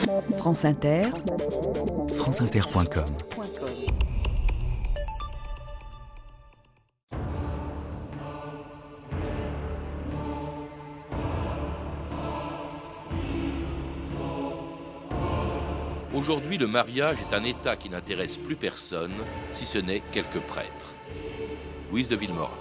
France Inter, franceinter.com. Aujourd'hui, le mariage est un état qui n'intéresse plus personne, si ce n'est quelques prêtres. Louise de Villemorin.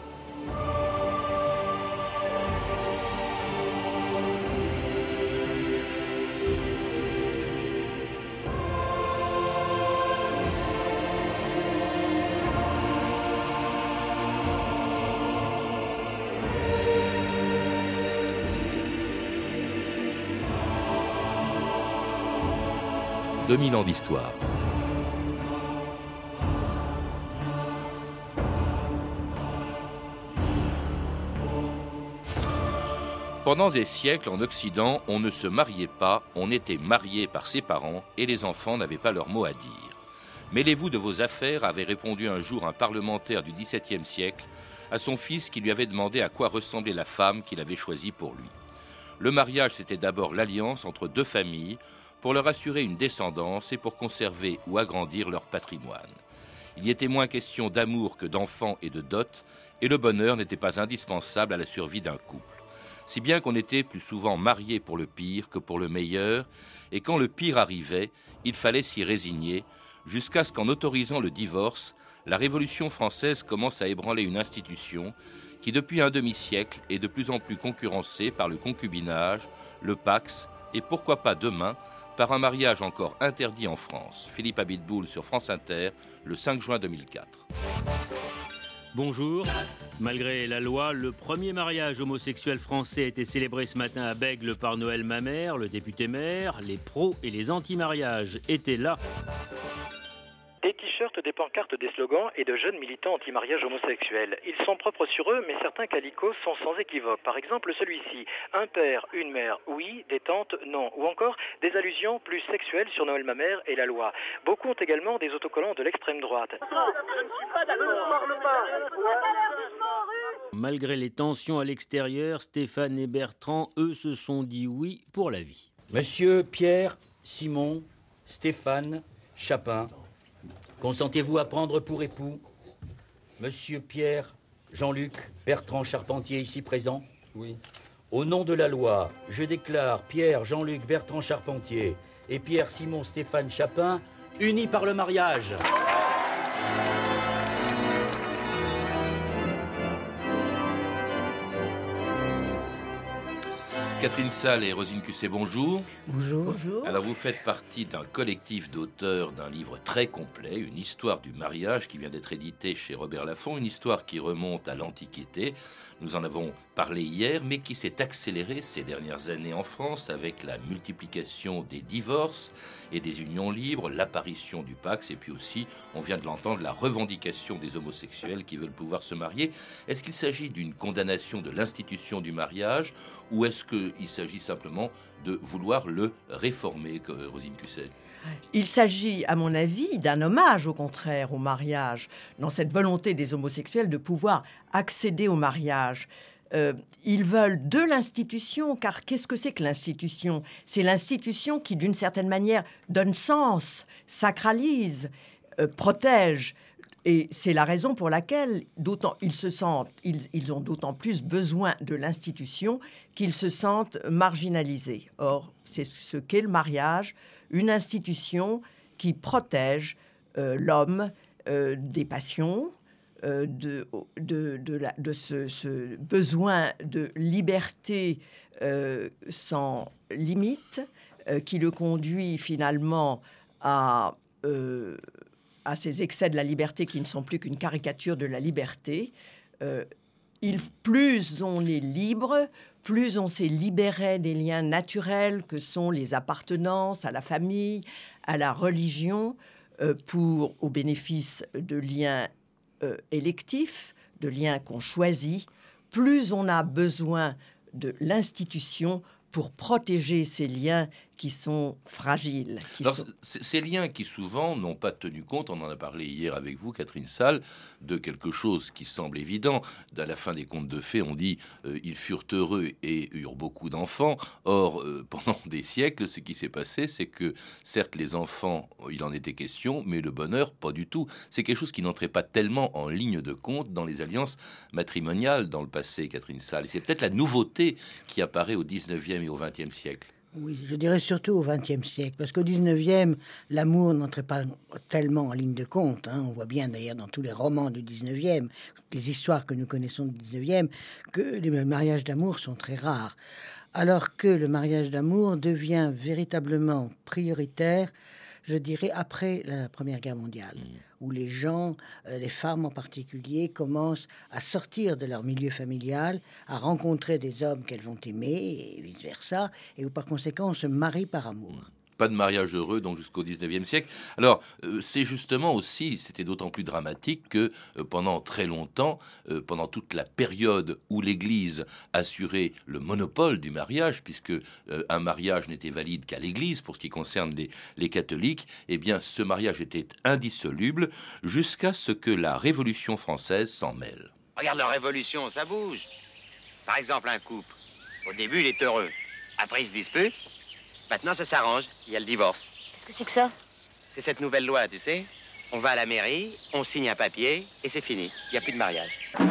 « 2000 ans d'histoire. Pendant des siècles, en Occident, on ne se mariait pas, on était marié par ses parents et les enfants n'avaient pas leur mot à dire. Mêlez-vous de vos affaires, avait répondu un jour un parlementaire du XVIIe siècle à son fils qui lui avait demandé à quoi ressemblait la femme qu'il avait choisie pour lui. Le mariage, c'était d'abord l'alliance entre deux familles pour leur assurer une descendance et pour conserver ou agrandir leur patrimoine. Il y était moins question d'amour que d'enfants et de dot, et le bonheur n'était pas indispensable à la survie d'un couple. Si bien qu'on était plus souvent marié pour le pire que pour le meilleur, et quand le pire arrivait, il fallait s'y résigner, jusqu'à ce qu'en autorisant le divorce, la Révolution française commence à ébranler une institution qui, depuis un demi-siècle, est de plus en plus concurrencée par le concubinage, le pax, et pourquoi pas demain, par un mariage encore interdit en France. Philippe Abitboul sur France Inter, le 5 juin 2004. Bonjour. Malgré la loi, le premier mariage homosexuel français a été célébré ce matin à Bègles par Noël Mamère, le député maire. Les pros et les anti-mariages étaient là. Des t-shirts, des pancartes, des slogans et de jeunes militants anti-mariage homosexuel. Ils sont propres sur eux, mais certains calicots sont sans équivoque. Par exemple, celui-ci. Un père, une mère, oui, des tantes, non. Ou encore des allusions plus sexuelles sur Noël Mamère et la loi. Beaucoup ont également des autocollants de l'extrême droite. Malgré les tensions à l'extérieur, Stéphane et Bertrand, eux, se sont dit oui pour la vie. Monsieur Pierre, Simon, Stéphane, Chapin, consentez-vous à prendre pour époux Monsieur Pierre, Jean-Luc, Bertrand Charpentier, ici présent? Oui. Au nom de la loi, je déclare Pierre, Jean-Luc, Bertrand Charpentier et Pierre, Simon, Stéphane, Chapin unis par le mariage. Catherine Salle et Rosine Cusset, bonjour. bonjour. Bonjour. Alors vous faites partie d'un collectif d'auteurs d'un livre très complet, une histoire du mariage qui vient d'être édité chez Robert Laffont, une histoire qui remonte à l'Antiquité. Nous en avons parlé hier, mais qui s'est accélérée ces dernières années en France avec la multiplication des divorces et des unions libres, l'apparition du Pax et puis aussi, on vient de l'entendre, la revendication des homosexuels qui veulent pouvoir se marier. Est-ce qu'il s'agit d'une condamnation de l'institution du mariage ou est-ce qu'il s'agit simplement de vouloir le réformer, Rosine Cusset? Il s'agit, à mon avis, d'un hommage, au contraire, au mariage, dans cette volonté des homosexuels de pouvoir accéder au mariage. Ils veulent de l'institution, car qu'est-ce que c'est que l'institution? C'est l'institution qui, d'une certaine manière, donne sens, sacralise, protège. Et c'est la raison pour laquelle ils ont d'autant plus besoin de l'institution qu'ils se sentent marginalisés. Or, c'est ce qu'est le mariage, une institution qui protège l'homme des passions, de ce besoin de liberté sans limite, qui le conduit finalement à ces excès de la liberté qui ne sont plus qu'une caricature de la liberté. Plus on est libre, plus on s'est libéré des liens naturels que sont les appartenances à la famille, à la religion, au bénéfice de liens électifs, de liens qu'on choisit, plus on a besoin de l'institution pour protéger ces liens qui sont fragiles. Alors, ces liens qui souvent n'ont pas tenu compte, on en a parlé hier avec vous, Catherine Salle, de quelque chose qui semble évident. À la fin des contes de fées, on dit ils furent heureux et eurent beaucoup d'enfants. Or, pendant des siècles, ce qui s'est passé, c'est que certes, les enfants, il en était question, mais le bonheur, pas du tout. C'est quelque chose qui n'entrait pas tellement en ligne de compte dans les alliances matrimoniales dans le passé, Catherine Salle. Et c'est peut-être la nouveauté qui apparaît au 19e et au 20e siècle. Oui, je dirais surtout au XXe siècle, parce qu'au XIXe, l'amour n'entrait pas tellement en ligne de compte. On voit bien d'ailleurs dans tous les romans du XIXe, les histoires que nous connaissons du XIXe, que les mariages d'amour sont très rares. Alors que le mariage d'amour devient véritablement prioritaire, je dirais, après la Première Guerre mondiale, où les gens, les femmes en particulier, commencent à sortir de leur milieu familial, à rencontrer des hommes qu'elles vont aimer, et vice-versa, et où par conséquent on se marie par amour. Pas de mariage heureux, donc jusqu'au 19e siècle. Alors, c'est justement aussi, c'était d'autant plus dramatique que pendant très longtemps, pendant toute la période où l'Église assurait le monopole du mariage, puisque un mariage n'était valide qu'à l'Église, pour ce qui concerne les catholiques, eh bien, ce mariage était indissoluble jusqu'à ce que la Révolution française s'en mêle. Regarde la Révolution, ça bouge. Par exemple, un couple. Au début, il est heureux. Après, il se dispute. Maintenant, ça s'arrange. Il y a le divorce. Qu'est-ce que c'est que ça? C'est cette nouvelle loi, tu sais. On va à la mairie, on signe un papier et c'est fini. Il n'y a plus de mariage.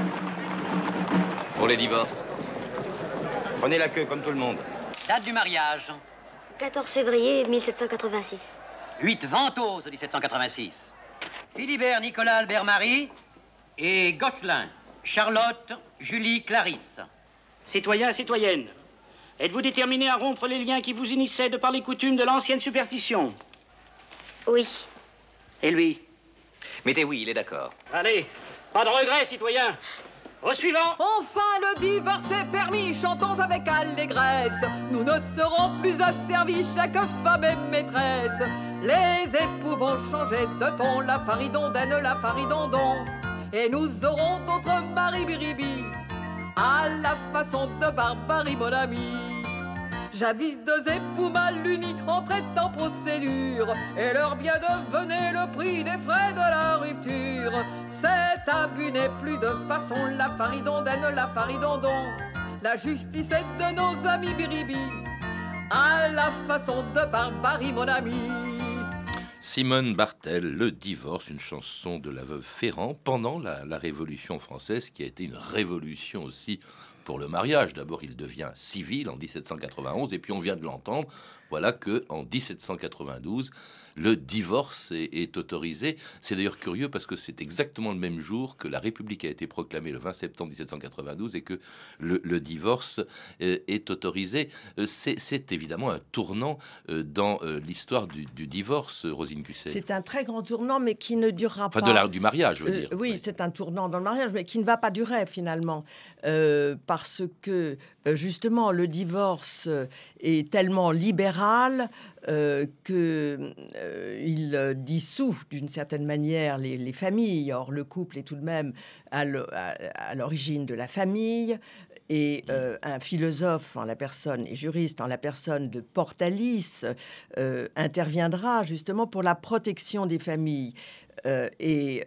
Pour les divorces, prenez la queue comme tout le monde. Date du mariage. 14 février 1786. 8 Ventose 1786. Philibert Nicolas Albert Marie et Gosselin, Charlotte, Julie, Clarisse. Citoyens, citoyennes, êtes-vous déterminés à rompre les liens qui vous unissaient de par les coutumes de l'ancienne superstition? Oui. Et lui? Mettez oui, il est d'accord. Allez, pas de regret, citoyens. Au suivant. Enfin, le divorce est permis, chantons avec allégresse. Nous ne serons plus asservis, chaque femme est maîtresse. Les époux vont changer de ton, la faridondaine, la faridondon. Et nous aurons d'autres maris-biribi, à la façon de Barbarie, mon ami. Jadis deux époux mal unis entraient en procédure, et leur bien devenait le prix des frais de la rupture. Cet abus n'est plus de façon la faridondaine, la faridondon. La justice est de nos amis biribi, à la façon de Barbarie, mon ami. Simone Bartel, Le divorce, une chanson de la veuve Ferrand pendant la Révolution française, qui a été une révolution aussi pour le mariage. D'abord, il devient civil en 1791, et puis on vient de l'entendre, voilà que en 1792, le divorce est autorisé. C'est d'ailleurs curieux parce que c'est exactement le même jour que la République a été proclamée, le 20 septembre 1792, et que le divorce est autorisé. C'est évidemment un tournant dans l'histoire du divorce, Rosine Cusset. C'est un très grand tournant, mais qui ne durera pas. Du mariage, je veux dire. Oui, c'est un tournant dans le mariage, mais qui ne va pas durer finalement, parce que justement le divorce est tellement libéral qu'il dissout d'une certaine manière les familles. Or, le couple est tout de même à l'origine de la famille. Et un philosophe en la personne, et juriste en la personne de Portalis, interviendra justement pour la protection des familles. Dès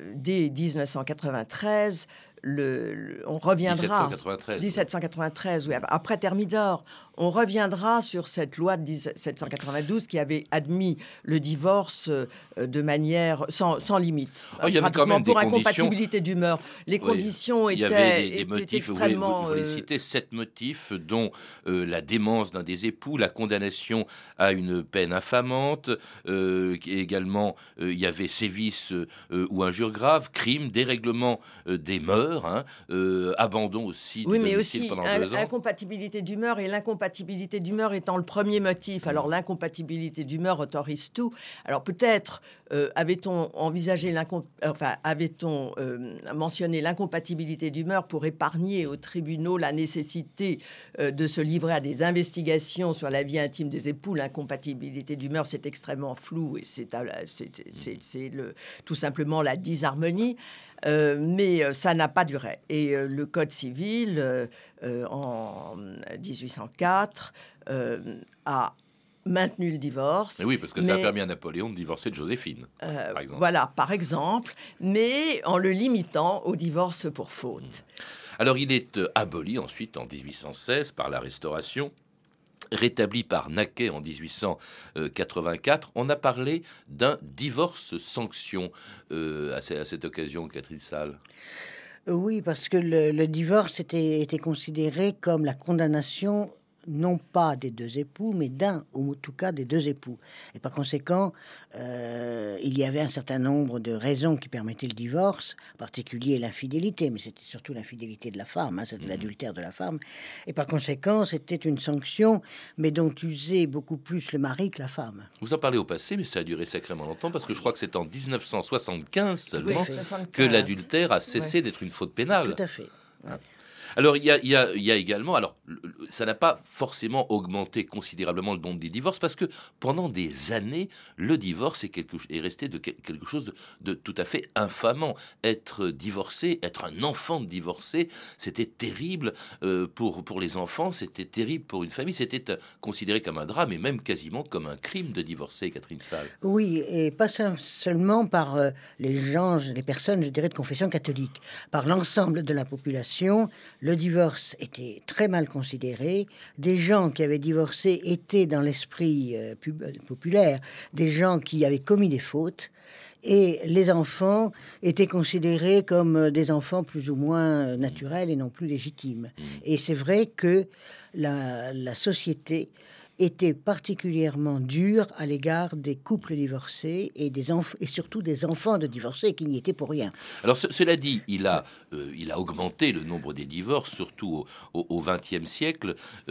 1993, on reviendra... 1793, oui, après Thermidor, on reviendra sur cette loi de 1792 qui avait admis le divorce de manière sans limite. Il y avait quand même pour des incompatibilité d'humeur. Les conditions étaient, il y avait des étaient motifs, extrêmement... Vous les citez, 7 motifs, dont la démence d'un des époux, la condamnation à une peine infamante, également il y avait sévices ou injures graves, crimes, dérèglement des mœurs, abandon aussi du domicile pendant 2 ans. Incompatibilité d'humeur, et l'incompatibilité d'humeur étant le premier motif. Alors l'incompatibilité d'humeur autorise tout. Alors peut-être avait-on envisagé avait-on mentionné l'incompatibilité d'humeur pour épargner aux tribunaux la nécessité de se livrer à des investigations sur la vie intime des époux. L'incompatibilité d'humeur, c'est extrêmement flou et c'est tout simplement la disharmonie. Mais ça n'a pas duré. Et le Code civil, en 1804, a maintenu le divorce. Mais oui, parce que ça a permis à Napoléon de divorcer de Joséphine, par exemple. Voilà, par exemple, mais en le limitant au divorce pour faute. Alors, il est aboli ensuite en 1816 par la Restauration, rétabli par Naquet en 1884. On a parlé d'un divorce sanction à cette occasion, Catherine Salle. Oui, parce que le divorce était considéré comme la condamnation non pas des deux époux, mais d'un, ou en tout cas des deux époux. Et par conséquent, il y avait un certain nombre de raisons qui permettaient le divorce, en particulier l'infidélité, mais c'était surtout l'infidélité de la femme, c'était l'adultère de la femme. Et par conséquent, c'était une sanction, mais dont usait beaucoup plus le mari que la femme. Vous en parlez au passé, mais ça a duré sacrément longtemps, parce que je crois que c'est en 1975 seulement que l'adultère a cessé d'être une faute pénale. Tout à fait. Alors, il y a également, alors, ça n'a pas forcément augmenté considérablement le nombre des divorces, parce que pendant des années, le divorce est resté quelque chose de tout à fait infamant. Être divorcé, être un enfant divorcé, c'était terrible pour les enfants, c'était terrible pour une famille, c'était considéré comme un drame et même quasiment comme un crime de divorcer, Catherine Salle. Oui, et pas seulement par les personnes, je dirais, de confession catholique, par l'ensemble de la population. Le divorce était très mal considéré. Des gens qui avaient divorcé étaient dans l'esprit populaire des gens qui avaient commis des fautes. Et les enfants étaient considérés comme des enfants plus ou moins naturels et non plus légitimes. Et c'est vrai que la société était particulièrement dure à l'égard des couples divorcés et surtout des enfants de divorcés qui n'y étaient pour rien. Alors cela dit, il a augmenté le nombre des divorces, surtout au XXe siècle.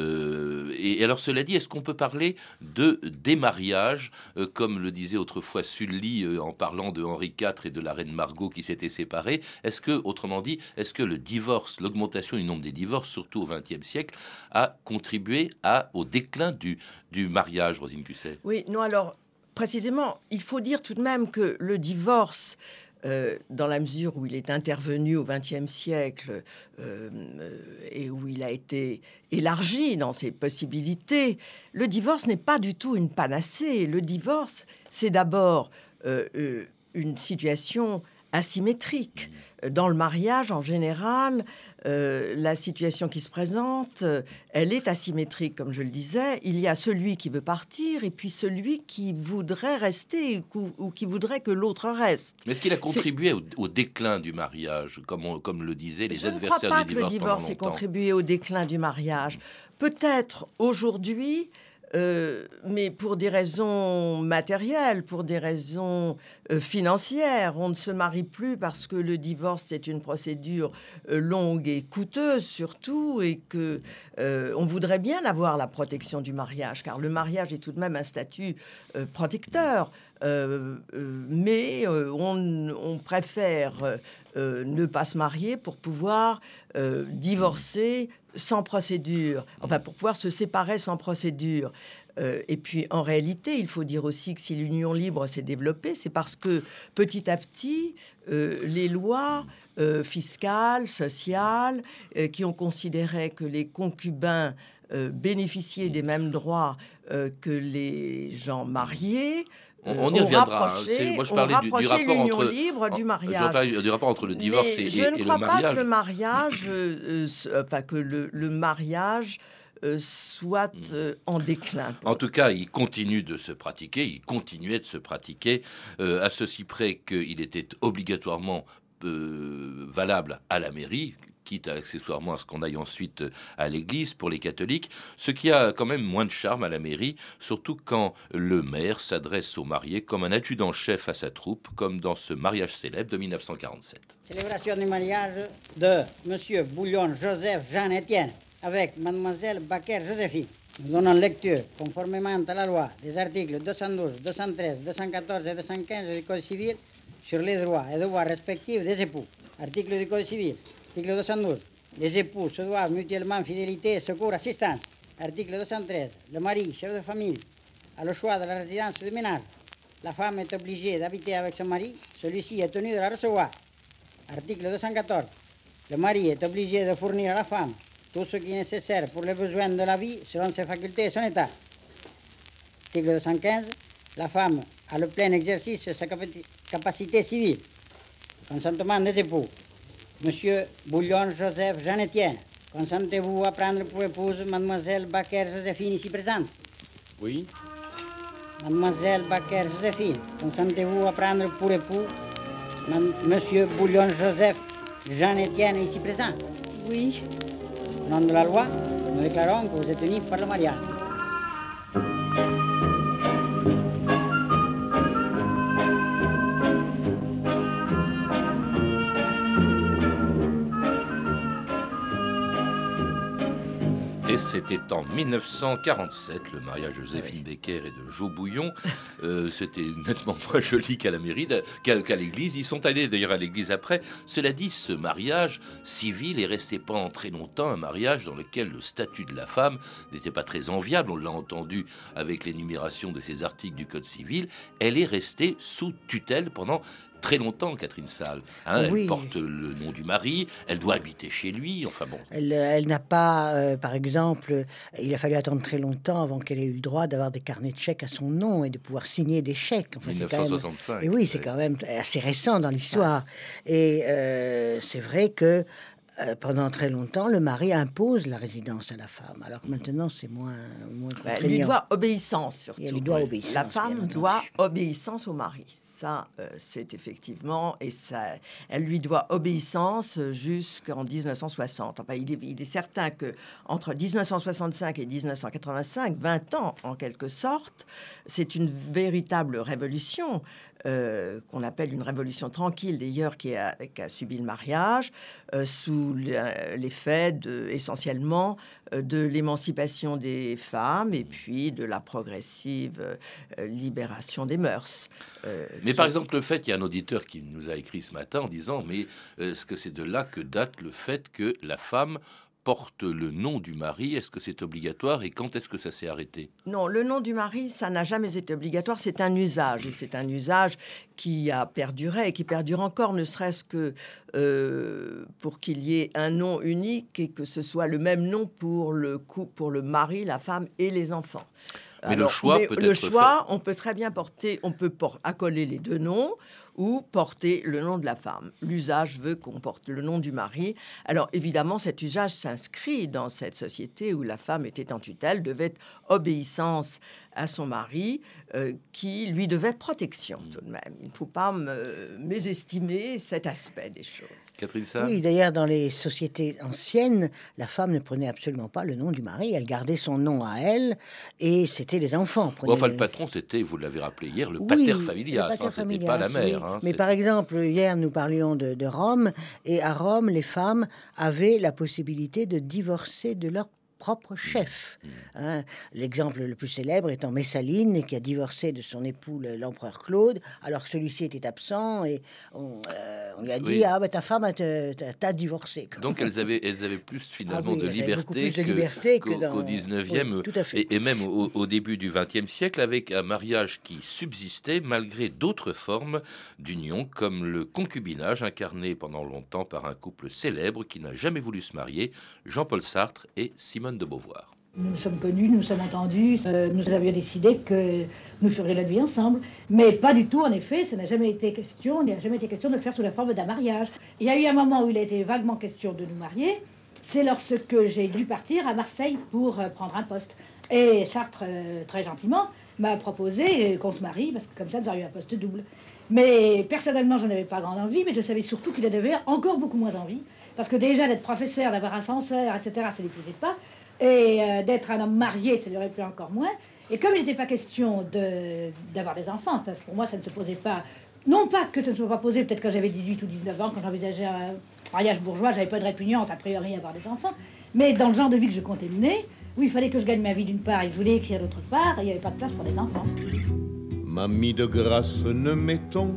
Et alors cela dit, est-ce qu'on peut parler de démariage, comme le disait autrefois Sully en parlant de Henri IV et de la reine Margot qui s'étaient séparés? Est-ce que, autrement dit, le divorce, l'augmentation du nombre des divorces, surtout au XXe siècle, a contribué au déclin du mariage, Rosine Cusset? Oui, non, alors, précisément, il faut dire tout de même que le divorce, dans la mesure où il est intervenu au XXe siècle et où il a été élargi dans ses possibilités, le divorce n'est pas du tout une panacée. Le divorce, c'est d'abord une situation asymétrique. Dans le mariage, en général, la situation qui se présente, elle est asymétrique, comme je le disais. Il y a celui qui veut partir et puis celui qui voudrait rester ou qui voudrait que l'autre reste. Mais est-ce qu'il a contribué au déclin du mariage, comme le disaient les adversaires du divorce? Je ne crois pas que le divorce ait contribué au déclin du mariage. Peut-être aujourd'hui, mais pour des raisons matérielles, pour des raisons financières. On ne se marie plus parce que le divorce est une procédure longue et coûteuse surtout, et que on voudrait bien avoir la protection du mariage, car le mariage est tout de même un statut protecteur. Mais on préfère ne pas se marier pour pouvoir divorcer sans procédure, enfin pour pouvoir se séparer sans procédure. Et puis en réalité, il faut dire aussi que si l'union libre s'est développée, c'est parce que petit à petit, les lois fiscales, sociales, qui ont considéré que les concubins bénéficiaient des mêmes droits que les gens mariés. On y reviendra. Moi, je parlais du rapport entre libre du mariage. Du rapport entre le divorce et le mariage. Je ne crois pas que le mariage, que le mariage soit en déclin. En tout cas, il continue de se pratiquer. Il continuait de se pratiquer à ceci près qu'il était obligatoirement valable à la mairie, quitte accessoirement à ce qu'on aille ensuite à l'église pour les catholiques, ce qui a quand même moins de charme à la mairie, surtout quand le maire s'adresse aux mariés comme un adjudant-chef à sa troupe, comme dans ce mariage célèbre de 1947. Célébration du mariage de Monsieur Bouillon Joseph Jean-Étienne avec Mademoiselle Baker Joséphine. Nous donnons lecture, conformément à la loi, des articles 212, 213, 214 et 215 du Code civil sur les droits et devoirs respectifs des époux. Article du Code civil. Article 212. Les époux se doivent mutuellement fidélité, secours, assistance. Article 213. Le mari, chef de famille, a le choix de la résidence du ménage. La femme est obligée d'habiter avec son mari. Celui-ci est tenu de la recevoir. Article 214. Le mari est obligé de fournir à la femme tout ce qui est nécessaire pour les besoins de la vie selon ses facultés et son état. article 215, la femme a le plein exercice de sa capacité civile. Consentement des époux. Monsieur Bouillon Joseph Jean-Étienne, consentez-vous à prendre pour épouse mademoiselle Baker Joséphine ici présente? Oui. Mademoiselle Baker Joséphine, consentez-vous à prendre pour époux monsieur Bouillon Joseph Jean-Étienne ici présent? Oui. Au nom de la loi, nous déclarons que vous êtes unis par le mariage. Et c'était en 1947, le mariage de Joséphine Baker et de Jo Bouillon. C'était nettement moins joli qu'à la mairie, qu'à l'église. Ils sont allés d'ailleurs à l'église après. Cela dit, ce mariage civil est resté pendant très longtemps un mariage dans lequel le statut de la femme n'était pas très enviable. On l'a entendu avec l'énumération de ces articles du Code civil. Elle est restée sous tutelle pendant très longtemps, Catherine Salle. Oui. Elle porte le nom du mari, elle doit habiter chez lui, enfin bon. Elle n'a pas, par exemple, il a fallu attendre très longtemps avant qu'elle ait eu le droit d'avoir des carnets de chèques à son nom et de pouvoir signer des chèques. Enfin, 1965. Et oui, c'est quand même assez récent dans l'histoire. Et c'est vrai que pendant très longtemps, le mari impose la résidence à la femme, alors que maintenant c'est moins contraignant. Elle lui doit obéissance surtout. Elle lui doit obéissance, la femme doit obéissance au mari. Ça, c'est effectivement, et ça, elle lui doit obéissance jusqu'en 1960. Enfin, il est certain que entre 1965 et 1985, 20 ans en quelque sorte, c'est une véritable révolution. Qu'on appelle une révolution tranquille d'ailleurs, qui a subi le mariage sous l'effet essentiellement de l'émancipation des femmes et puis de la progressive libération des mœurs. Mais par exemple, le fait, il y a un auditeur qui nous a écrit ce matin en disant, mais est-ce que c'est de là que date le fait que la femme porte le nom du mari? Est-ce que c'est obligatoire et quand est-ce que ça s'est arrêté? Non, le nom du mari, ça n'a jamais été obligatoire. C'est un usage, et c'est un usage qui a perduré et qui perdure encore, ne serait-ce que pour qu'il y ait un nom unique et que ce soit le même nom pour le couple, pour le mari, la femme et les enfants. Mais alors, le choix, on peut très bien porter, accoler les deux noms ou porter le nom de la femme. L'usage veut qu'on porte le nom du mari. Alors évidemment, cet usage s'inscrit dans cette société où la femme était en tutelle, devait obéissance à son mari, qui lui devait protection tout de même. Il ne faut pas mésestimer cet aspect des choses. Catherine Salle. Oui, d'ailleurs, dans les sociétés anciennes, la femme ne prenait absolument pas le nom du mari. Elle gardait son nom à elle, et c'était les enfants. Enfin, le patron, c'était, vous l'avez rappelé hier, le pater familias. C'était pas la mère. Oui. Mais par exemple, hier, nous parlions de Rome, et à Rome, les femmes avaient la possibilité de divorcer de leur propre chef. L'exemple le plus célèbre étant Messaline, qui a divorcé de son époux l'empereur Claude, alors que celui-ci était absent, et on lui a dit ta femme t'a divorcé. Donc elles avaient plus finalement de liberté qu'au 19e et même au début du 20e siècle, avec un mariage qui subsistait malgré d'autres formes d'union, comme le concubinage, incarné pendant longtemps par un couple célèbre qui n'a jamais voulu se marier, Jean-Paul Sartre et Simone de Beauvoir. Nous nous sommes connus, nous nous sommes entendus, nous avions décidé que nous ferions la vie ensemble, mais pas du tout, en effet, ça n'a jamais été question, il n'a jamais été question de le faire sous la forme d'un mariage. Il y a eu un moment où il a été vaguement question de nous marier, c'est lorsque j'ai dû partir à Marseille pour prendre un poste. Et Sartre, très gentiment, m'a proposé qu'on se marie, parce que comme ça, nous aurions un poste double. Mais personnellement, j'en avais pas grande envie, mais je savais surtout qu'il en avait encore beaucoup moins envie, parce que déjà d'être professeur, d'avoir un censeur, etc., ça ne lui plaisait pas. Et d'être un homme marié, ça lui aurait plu encore moins. Et comme il n'était pas question d'avoir des enfants, parce que pour moi ça ne se posait pas, non pas que ça ne soit pas posé, peut-être quand j'avais 18 ou 19 ans, quand j'envisageais un mariage bourgeois, j'avais pas de répugnance a priori à avoir des enfants, mais dans le genre de vie que je comptais mener, où il fallait que je gagne ma vie d'une part, et je voulais écrire d'autre part, et il n'y avait pas de place pour des enfants. Mamie de grâce, ne mettons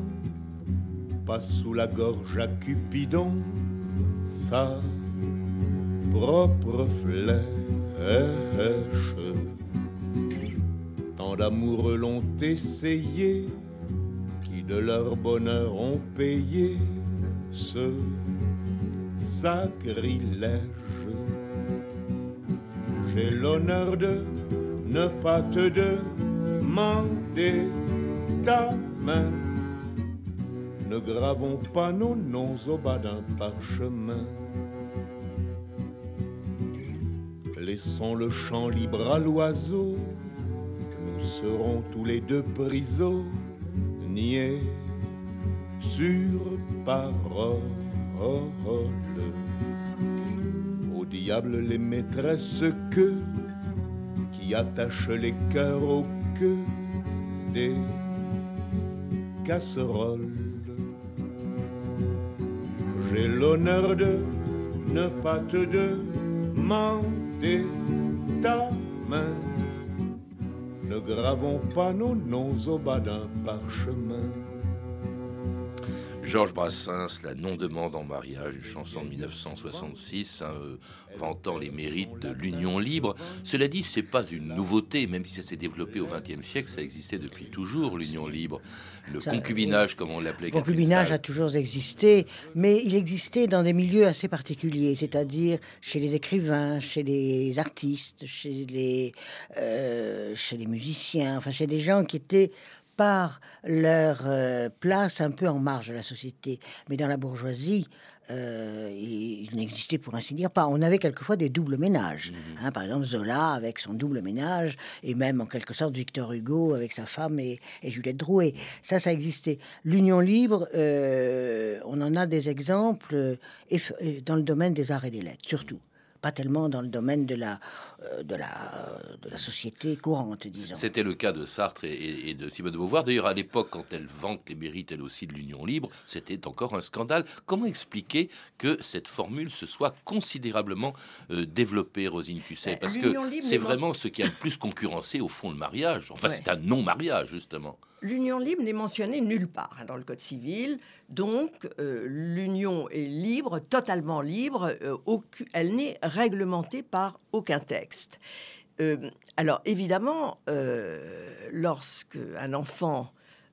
pas sous la gorge à Cupidon sa propre flèche. Tant d'amoureux l'ont essayé, qui de leur bonheur ont payé ce sacrilège. J'ai l'honneur de ne pas te mandez ta main. Ne gravons pas nos noms au bas d'un parchemin. Laissons le champ libre à l'oiseau. Nous serons tous les deux prisonniers sur parole. Au diable les maîtresses qui attachent les cœurs aux queues des casseroles. J'ai l'honneur de ne pas te demander ta main. Ne gravons pas nos noms au bas d'un parchemin. Georges Brassens, La non-demande en mariage, une chanson de 1966, vantant les mérites de l'union libre. Cela dit, c'est pas une nouveauté, même si ça s'est développé au XXe siècle, ça existait depuis toujours, l'union libre. Le concubinage, comme on l'appelait. Le concubinage a toujours existé, mais il existait dans des milieux assez particuliers, c'est-à-dire chez les écrivains, chez les artistes, chez les musiciens, enfin chez des gens qui étaient par leur place un peu en marge de la société. Mais dans la bourgeoisie, il n'existait pour ainsi dire pas. On avait quelquefois des doubles ménages. Par exemple, Zola avec son double ménage, et même en quelque sorte Victor Hugo avec sa femme et Juliette Drouet. Ça existait. L'union libre, on en a des exemples dans le domaine des arts et des lettres, surtout. Pas tellement dans le domaine de la société courante, disons. C'était le cas de Sartre et de Simone de Beauvoir. D'ailleurs, à l'époque, quand elle vante les mérites, elle aussi, de l'union libre, c'était encore un scandale. Comment expliquer que cette formule se soit considérablement développée, Rosine Cusset? Parce que c'est vraiment ce qui a le plus concurrencé, au fond, le mariage. Enfin, c'est un non-mariage, justement. L'union libre n'est mentionnée nulle part dans le Code civil. Donc, l'union est libre, totalement libre. Elle n'est réglementée par aucun texte. Alors, évidemment, lorsque un enfant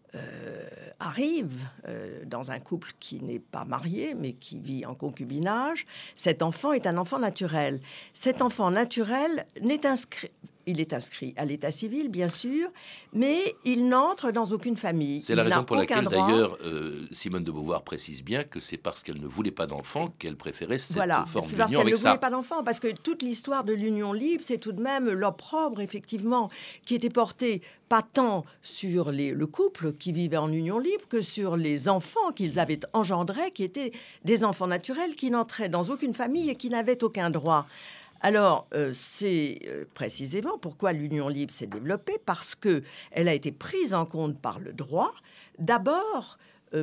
arrive dans un couple qui n'est pas marié, mais qui vit en concubinage, cet enfant est un enfant naturel. Cet enfant naturel n'est inscrit... Il est inscrit à l'état civil, bien sûr, mais il n'entre dans aucune famille. C'est la raison pour laquelle, d'ailleurs, Simone de Beauvoir précise bien que c'est parce qu'elle ne voulait pas d'enfant qu'elle préférait cette forme d'union avec ça. C'est parce qu'elle ne voulait pas d'enfant, parce que toute l'histoire de l'union libre, c'est tout de même l'opprobre, effectivement, qui était porté pas tant sur le couple qui vivait en union libre que sur les enfants qu'ils avaient engendrés, qui étaient des enfants naturels qui n'entraient dans aucune famille et qui n'avaient aucun droit. Alors, c'est précisément pourquoi l'union libre s'est développée, parce qu'elle a été prise en compte par le droit, d'abord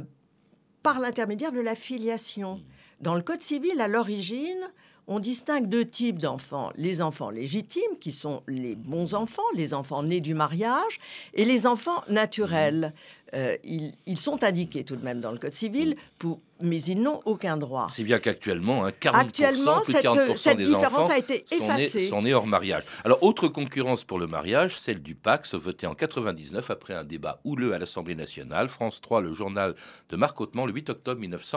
par l'intermédiaire de la filiation. Dans le Code civil, à l'origine, on distingue deux types d'enfants. Les enfants légitimes, qui sont les bons enfants, les enfants nés du mariage, et les enfants naturels. Ils sont indiqués tout de même dans le Code civil, mais ils n'ont aucun droit. C'est bien qu'actuellement, 40%, plus de 40% des enfants a été effacée. sont nés hors mariage. Alors, autre concurrence pour le mariage, celle du Pacs, votée en 99 après un débat houleux à l'Assemblée nationale. France 3, le journal de Marc Hautement, le 8 octobre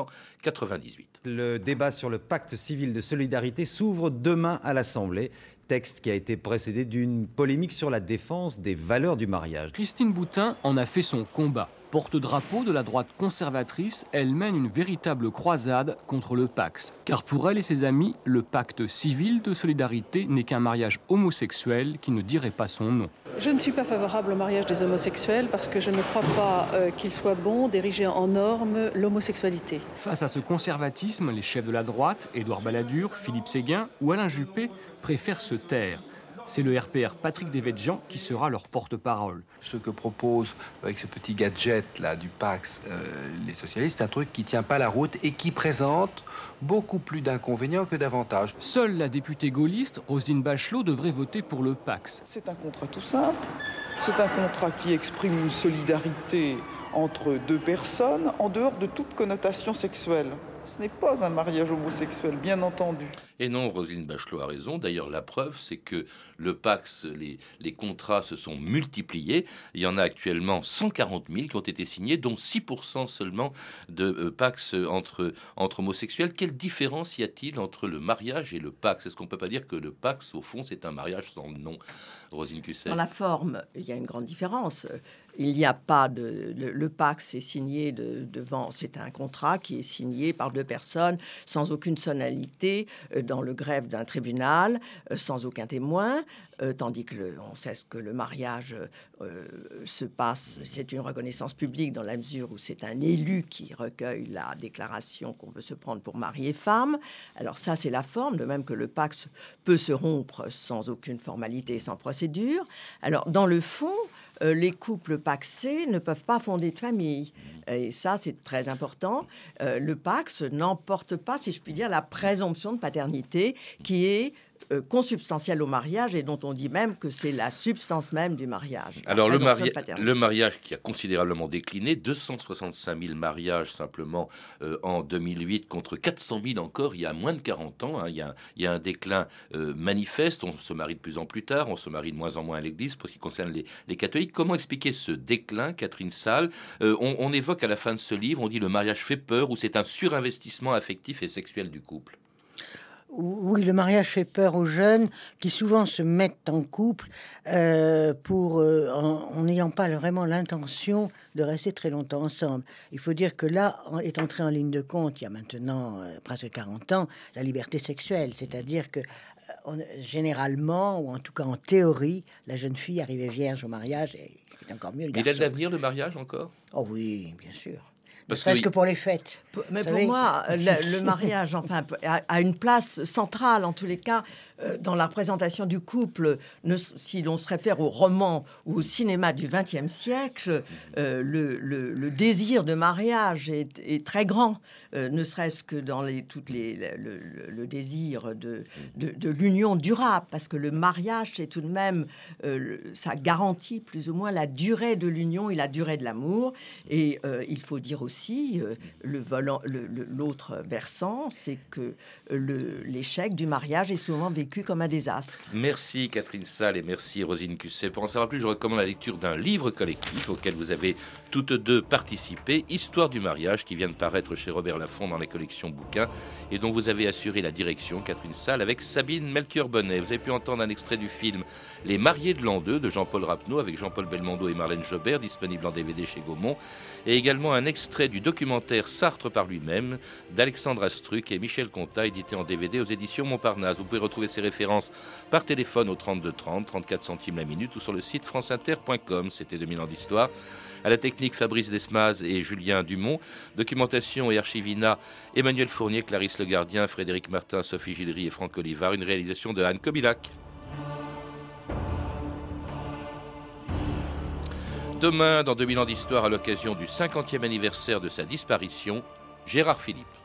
1998. Le débat sur le pacte civil de solidarité s'ouvre demain à l'Assemblée. Texte qui a été précédé d'une polémique sur la défense des valeurs du mariage. Christine Boutin en a fait son combat. Porte-drapeau de la droite conservatrice, elle mène une véritable croisade contre le Pacs. Car pour elle et ses amis, le pacte civil de solidarité n'est qu'un mariage homosexuel qui ne dirait pas son nom. Je ne suis pas favorable au mariage des homosexuels parce que je ne crois pas qu'il soit bon d'ériger en norme l'homosexualité. Face à ce conservatisme, les chefs de la droite, Édouard Balladur, Philippe Séguin ou Alain Juppé, préfèrent se taire. C'est le RPR Patrick Devedjian qui sera leur porte-parole. Ce que proposent avec ce petit gadget-là du Pacs les socialistes, c'est un truc qui ne tient pas la route et qui présente beaucoup plus d'inconvénients que d'avantages. Seule la députée gaulliste, Roselyne Bachelot, devrait voter pour le Pacs. C'est un contrat tout simple. C'est un contrat qui exprime une solidarité entre deux personnes en dehors de toute connotation sexuelle. Ce n'est pas un mariage homosexuel, bien entendu. Et non, Roselyne Bachelot a raison. D'ailleurs, la preuve, c'est que le Pacs, les contrats se sont multipliés. Il y en a actuellement 140 000 qui ont été signés, dont 6% seulement de Pacs entre homosexuels. Quelle différence y a-t-il entre le mariage et le Pacs? Est-ce qu'on ne peut pas dire que le Pacs, au fond, c'est un mariage sans nom, Roselyne Cusset? Dans la forme, il y a une grande différence. Il n'y a pas le Pacs est signé devant. C'est un contrat qui est signé par deux personnes sans aucune sonalité dans le greffe d'un tribunal, sans aucun témoin, tandis que on sait que le mariage se passe. C'est une reconnaissance publique dans la mesure où c'est un élu qui recueille la déclaration qu'on veut se prendre pour mari et femme. Alors ça, c'est la forme, de même que le Pacs peut se rompre sans aucune formalité, sans procédure. Alors dans le fond, les couples pacsés ne peuvent pas fonder de famille. Et ça, c'est très important. Le Pacs n'emporte pas, si je puis dire, la présomption de paternité qui est consubstantielle au mariage et dont on dit même que c'est la substance même du mariage. Alors le mariage qui a considérablement décliné, 265 000 mariages simplement en 2008 contre 400 000 encore il y a moins de 40 ans. Hein. Il y a un déclin manifeste, on se marie de plus en plus tard, on se marie de moins en moins à l'église pour ce qui concerne les catholiques. Comment expliquer ce déclin, Catherine Salle? On évoque à la fin de ce livre, on dit le mariage fait peur ou c'est un surinvestissement affectif et sexuel du couple. Oui, le mariage fait peur aux jeunes qui souvent se mettent en couple en n'ayant pas vraiment l'intention de rester très longtemps ensemble. Il faut dire que là est entrée en ligne de compte, il y a maintenant presque 40 ans, la liberté sexuelle. C'est-à-dire que généralement, ou en tout cas en théorie, la jeune fille arrivait vierge au mariage, et c'est encore mieux le garçon. Il a de l'avenir, le mariage, encore? Oh oui, bien sûr. Parce que pour les fêtes. Mais pour moi, le mariage, enfin, a une place centrale, en tous les cas, dans la représentation du couple. Si l'on se réfère au roman ou au cinéma du XXe siècle, le désir de mariage est très grand, ne serait-ce que dans le désir de l'union durable, parce que le mariage, c'est tout de même, ça garantit plus ou moins la durée de l'union et la durée de l'amour. Et il faut dire aussi, l'autre versant, c'est que l'échec du mariage est souvent vécu comme un désastre. Merci Catherine Salle et merci Roselyne Cusset. Pour en savoir plus, je recommande la lecture d'un livre collectif auquel vous avez toutes deux participé, Histoire du mariage, qui vient de paraître chez Robert Laffont dans les collections bouquins et dont vous avez assuré la direction, Catherine Salle, avec Sabine Melchior-Bonnet. Vous avez pu entendre un extrait du film Les mariés de l'an 2 de Jean-Paul Rapneau avec Jean-Paul Belmondo et Marlène Jobert, disponible en DVD chez Gaumont, et également un extrait du documentaire Sartre par lui-même d'Alexandre Astruc et Michel Contat, édité en DVD aux éditions Montparnasse. Vous pouvez retrouver ces références par téléphone au 32 30, 34 centimes la minute ou sur le site franceinter.com. C'était 2000 ans d'histoire. À la technique, Fabrice Desmaz et Julien Dumont. Documentation et archivina, Emmanuel Fournier, Clarisse Le Gardien, Frédéric Martin, Sophie Gildery et Franck Olivard. Une réalisation de Anne Kobilac. Demain, dans 2000 ans d'histoire, à l'occasion du 50e anniversaire de sa disparition, Gérard Philippe.